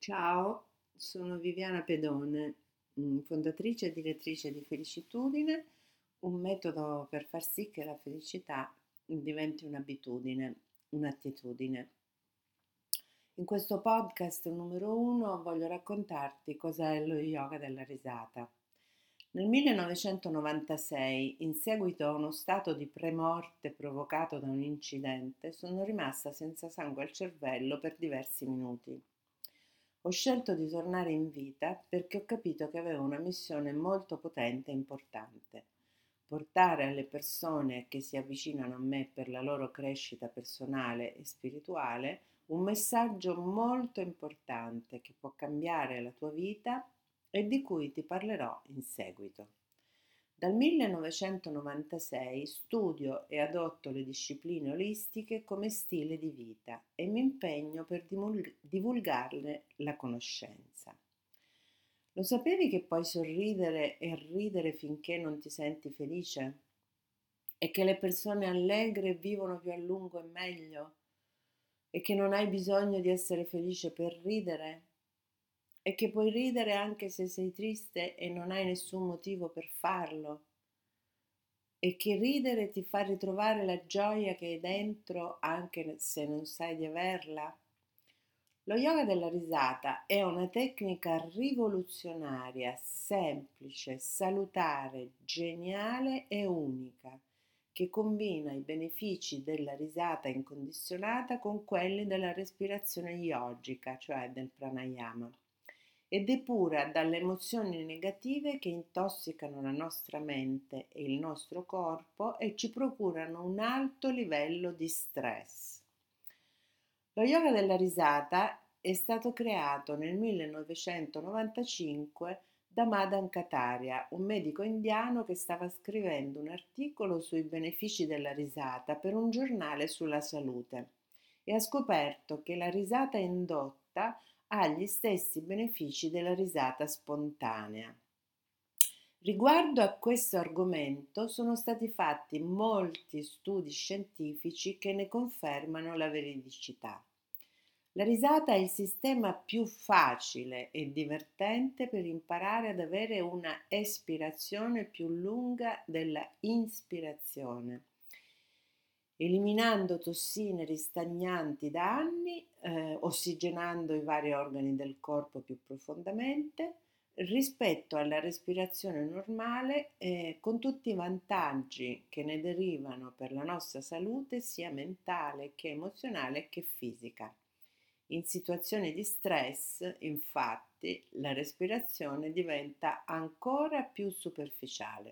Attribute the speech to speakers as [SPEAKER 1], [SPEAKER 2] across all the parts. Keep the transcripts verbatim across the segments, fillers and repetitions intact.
[SPEAKER 1] Ciao, sono Viviana Pedone, mm, fondatrice e direttrice di Felicitudine, un metodo per far sì che la felicità diventi un'abitudine, un'attitudine. In questo podcast numero uno voglio raccontarti cos'è lo yoga della risata. Nel millenovecentonovantasei, in seguito a uno stato di premorte provocato da un incidente, sono rimasta senza sangue al cervello per diversi minuti. Ho scelto di tornare in vita perché ho capito che avevo una missione molto potente e importante: portare alle persone che si avvicinano a me per la loro crescita personale e spirituale un messaggio molto importante che può cambiare la tua vita e di cui ti parlerò in seguito. Dal millenovecentonovantasei studio e adotto le discipline olistiche come stile di vita e mi impegno per dimul- divulgarne la conoscenza. Lo sapevi che puoi sorridere e ridere finché non ti senti felice? E che le persone allegre vivono più a lungo e meglio? E che non hai bisogno di essere felice per ridere? E che puoi ridere anche se sei triste e non hai nessun motivo per farlo? E che ridere ti fa ritrovare la gioia che hai dentro anche se non sai di averla? Lo yoga della risata è una tecnica rivoluzionaria, semplice, salutare, geniale e unica, che combina i benefici della risata incondizionata con quelli della respirazione yogica, cioè del pranayama, e depura dalle emozioni negative che intossicano la nostra mente e il nostro corpo e ci procurano un alto livello di stress. Lo yoga della risata è stato creato nel millenovecentonovantacinque da Madan Kataria, un medico indiano che stava scrivendo un articolo sui benefici della risata per un giornale sulla salute e ha scoperto che la risata indotta ha gli stessi benefici della risata spontanea. Riguardo a questo argomento sono stati fatti molti studi scientifici che ne confermano la veridicità. La risata è il sistema più facile e divertente per imparare ad avere una espirazione più lunga della inspirazione, eliminando tossine ristagnanti da anni, eh, ossigenando i vari organi del corpo più profondamente rispetto alla respirazione normale, eh, con tutti i vantaggi che ne derivano per la nostra salute sia mentale che emozionale che fisica. In situazioni di stress, infatti, la respirazione diventa ancora più superficiale.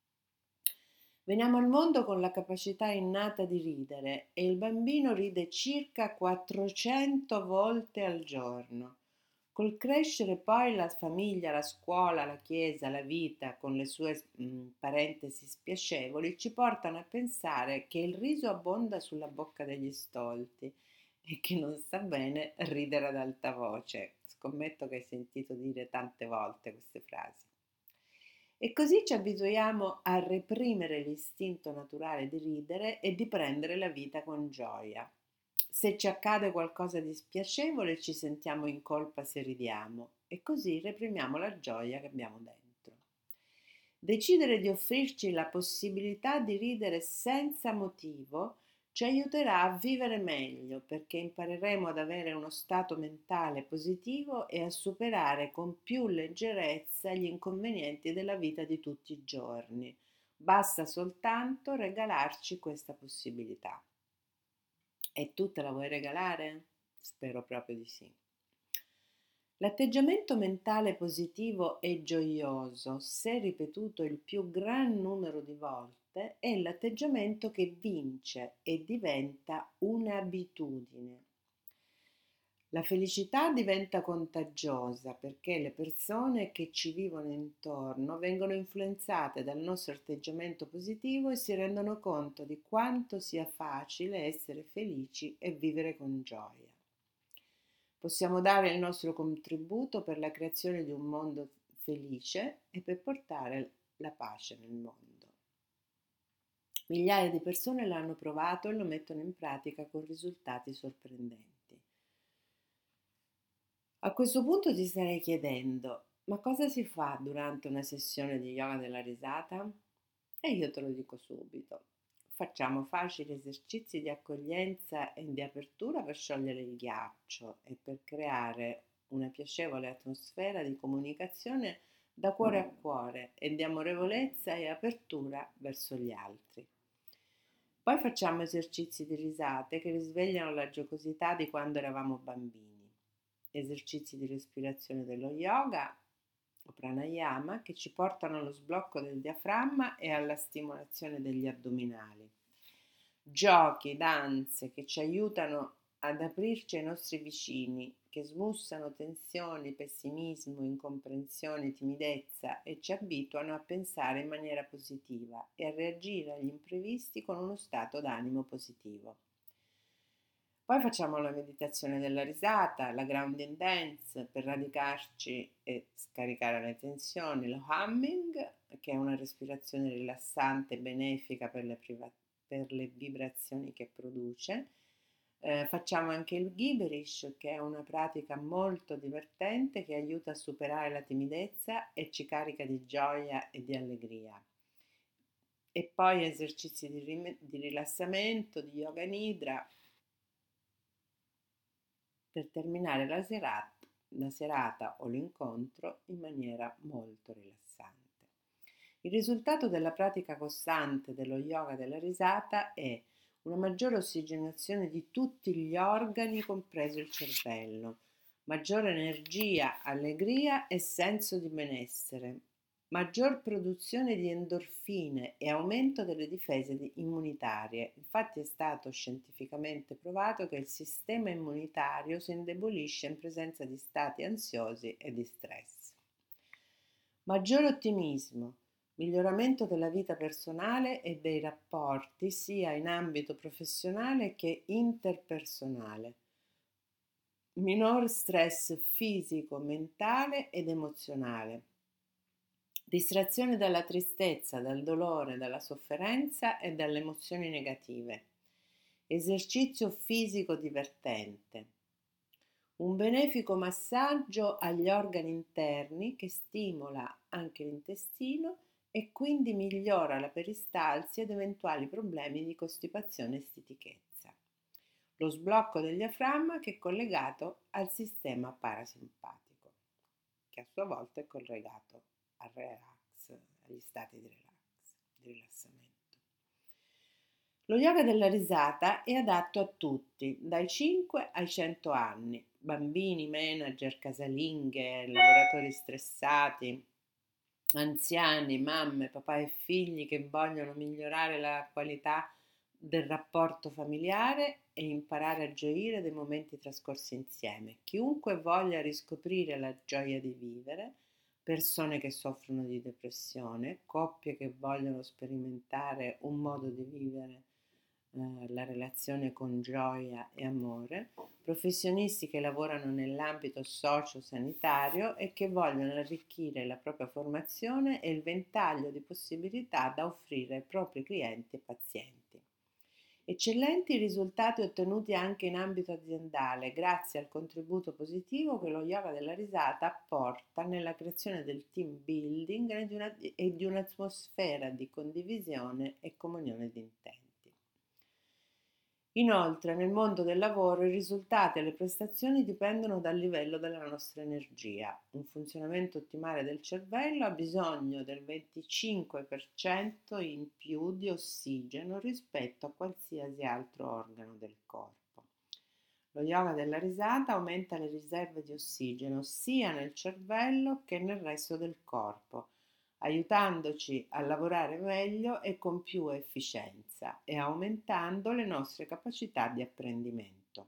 [SPEAKER 1] Veniamo al mondo con la capacità innata di ridere e il bambino ride circa quattrocento volte al giorno. Col crescere poi la famiglia, la scuola, la chiesa, la vita, con le sue mh, parentesi spiacevoli, ci portano a pensare che il riso abbonda sulla bocca degli stolti e che non sta bene ridere ad alta voce. Scommetto che hai sentito dire tante volte queste frasi. E così ci abituiamo a reprimere l'istinto naturale di ridere e di prendere la vita con gioia. Se ci accade qualcosa di spiacevole ci sentiamo in colpa se ridiamo e così reprimiamo la gioia che abbiamo dentro. Decidere di offrirci la possibilità di ridere senza motivo ci aiuterà a vivere meglio perché impareremo ad avere uno stato mentale positivo e a superare con più leggerezza gli inconvenienti della vita di tutti i giorni. Basta soltanto regalarci questa possibilità. E tu te la vuoi regalare? Spero proprio di sì. L'atteggiamento mentale positivo e gioioso, se ripetuto il più gran numero di volte, è l'atteggiamento che vince e diventa un'abitudine. La felicità diventa contagiosa perché le persone che ci vivono intorno vengono influenzate dal nostro atteggiamento positivo e si rendono conto di quanto sia facile essere felici e vivere con gioia. Possiamo dare il nostro contributo per la creazione di un mondo felice e per portare la pace nel mondo. Migliaia di persone l'hanno provato e lo mettono in pratica con risultati sorprendenti. A questo punto ti starei chiedendo, ma cosa si fa durante una sessione di yoga della risata? E io te lo dico subito. Facciamo facili esercizi di accoglienza e di apertura per sciogliere il ghiaccio e per creare una piacevole atmosfera di comunicazione da cuore a cuore e di amorevolezza e apertura verso gli altri. Poi facciamo esercizi di risate che risvegliano la giocosità di quando eravamo bambini, esercizi di respirazione dello yoga o pranayama che ci portano allo sblocco del diaframma e alla stimolazione degli addominali. Giochi, danze che ci aiutano ad aprirci ai nostri vicini, che smussano tensioni, pessimismo, incomprensione, timidezza e ci abituano a pensare in maniera positiva e a reagire agli imprevisti con uno stato d'animo positivo. Poi facciamo la meditazione della risata, la grounding dance per radicarci e scaricare le tensioni, lo humming, che è una respirazione rilassante e benefica per le, priva- per le vibrazioni che produce. Eh, facciamo anche il gibberish, che è una pratica molto divertente che aiuta a superare la timidezza e ci carica di gioia e di allegria. E poi esercizi di, rim- di rilassamento, di yoga nidra, per terminare la serata, la serata o l'incontro in maniera molto rilassante. Il risultato della pratica costante dello yoga della risata è una maggiore ossigenazione di tutti gli organi, compreso il cervello, maggiore energia, allegria e senso di benessere, maggior produzione di endorfine e aumento delle difese immunitarie. Infatti è stato scientificamente provato che il sistema immunitario si indebolisce in presenza di stati ansiosi e di stress. Maggiore ottimismo, miglioramento della vita personale e dei rapporti sia in ambito professionale che interpersonale. Minor stress fisico, mentale ed emozionale. Distrazione dalla tristezza, dal dolore, dalla sofferenza e dalle emozioni negative. Esercizio fisico divertente. Un benefico massaggio agli organi interni che stimola anche l'intestino e quindi migliora la peristalsi ed eventuali problemi di costipazione e stitichezza. Lo sblocco del diaframma che è collegato al sistema parasimpatico, che a sua volta è collegato al relax, agli stati di relax, di rilassamento. Lo yoga della risata è adatto a tutti, dai cinque ai cento anni, bambini, manager, casalinghe, lavoratori stressati, anziani, mamme, papà e figli che vogliono migliorare la qualità del rapporto familiare e imparare a gioire dei momenti trascorsi insieme. Chiunque voglia riscoprire la gioia di vivere, persone che soffrono di depressione, coppie che vogliono sperimentare un modo di vivere eh, la relazione con gioia e amore, professionisti che lavorano nell'ambito socio-sanitario e che vogliono arricchire la propria formazione e il ventaglio di possibilità da offrire ai propri clienti e pazienti. Eccellenti risultati ottenuti anche in ambito aziendale grazie al contributo positivo che lo yoga della risata apporta nella creazione del team building e di, una, e di un'atmosfera di condivisione e comunione di intenti. Inoltre, nel mondo del lavoro i risultati e le prestazioni dipendono dal livello della nostra energia. Un funzionamento ottimale del cervello ha bisogno del venticinque per cento in più di ossigeno rispetto a qualsiasi altro organo del corpo. Lo yoga della risata aumenta le riserve di ossigeno sia nel cervello che nel resto del corpo, aiutandoci a lavorare meglio e con più efficienza e aumentando le nostre capacità di apprendimento.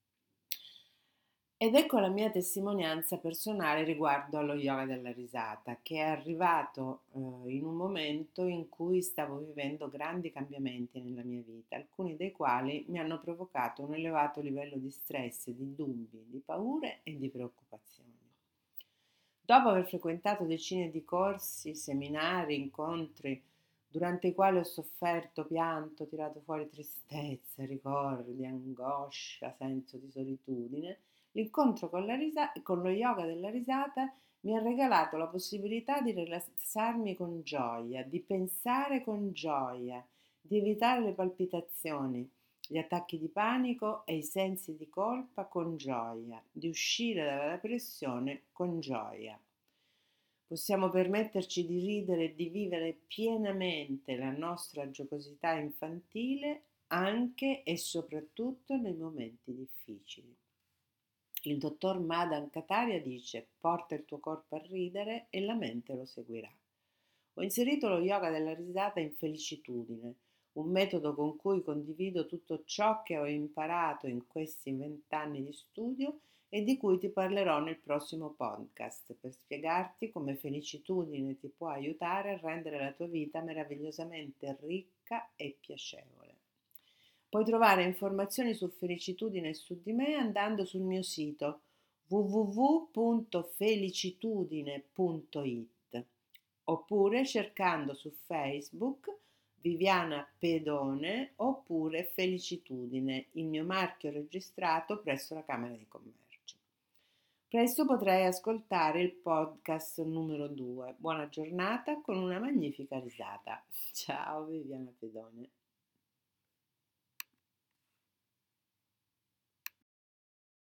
[SPEAKER 1] Ed ecco la mia testimonianza personale riguardo allo yoga della risata, che è arrivato eh, in un momento in cui stavo vivendo grandi cambiamenti nella mia vita, alcuni dei quali mi hanno provocato un elevato livello di stress, di dubbi, di paure e di preoccupazioni. Dopo aver frequentato decine di corsi, seminari, incontri, durante i quali ho sofferto, pianto, tirato fuori tristezza, ricordi, angoscia, senso di solitudine, L'incontro con, la risa- con lo yoga della risata mi ha regalato la possibilità di rilassarmi con gioia, di pensare con gioia, di evitare le palpitazioni, gli attacchi di panico e i sensi di colpa con gioia, di uscire dalla depressione con gioia. Possiamo permetterci di ridere e di vivere pienamente la nostra giocosità infantile anche e soprattutto nei momenti difficili. Il dottor Madan Kataria dice: porta il tuo corpo a ridere e la mente lo seguirà. Ho inserito lo yoga della risata in felicitudine, un metodo con cui condivido tutto ciò che ho imparato in questi vent'anni di studio e di cui ti parlerò nel prossimo podcast per spiegarti come felicitudine ti può aiutare a rendere la tua vita meravigliosamente ricca e piacevole. Puoi trovare informazioni su felicitudine e su di me andando sul mio sito w w w punto felicitudine punto i t oppure cercando su Facebook Viviana Pedone oppure Felicitudine, il mio marchio registrato presso la Camera di Commercio. Presto potrai ascoltare il podcast numero due. Buona giornata con una magnifica risata. Ciao Viviana Pedone.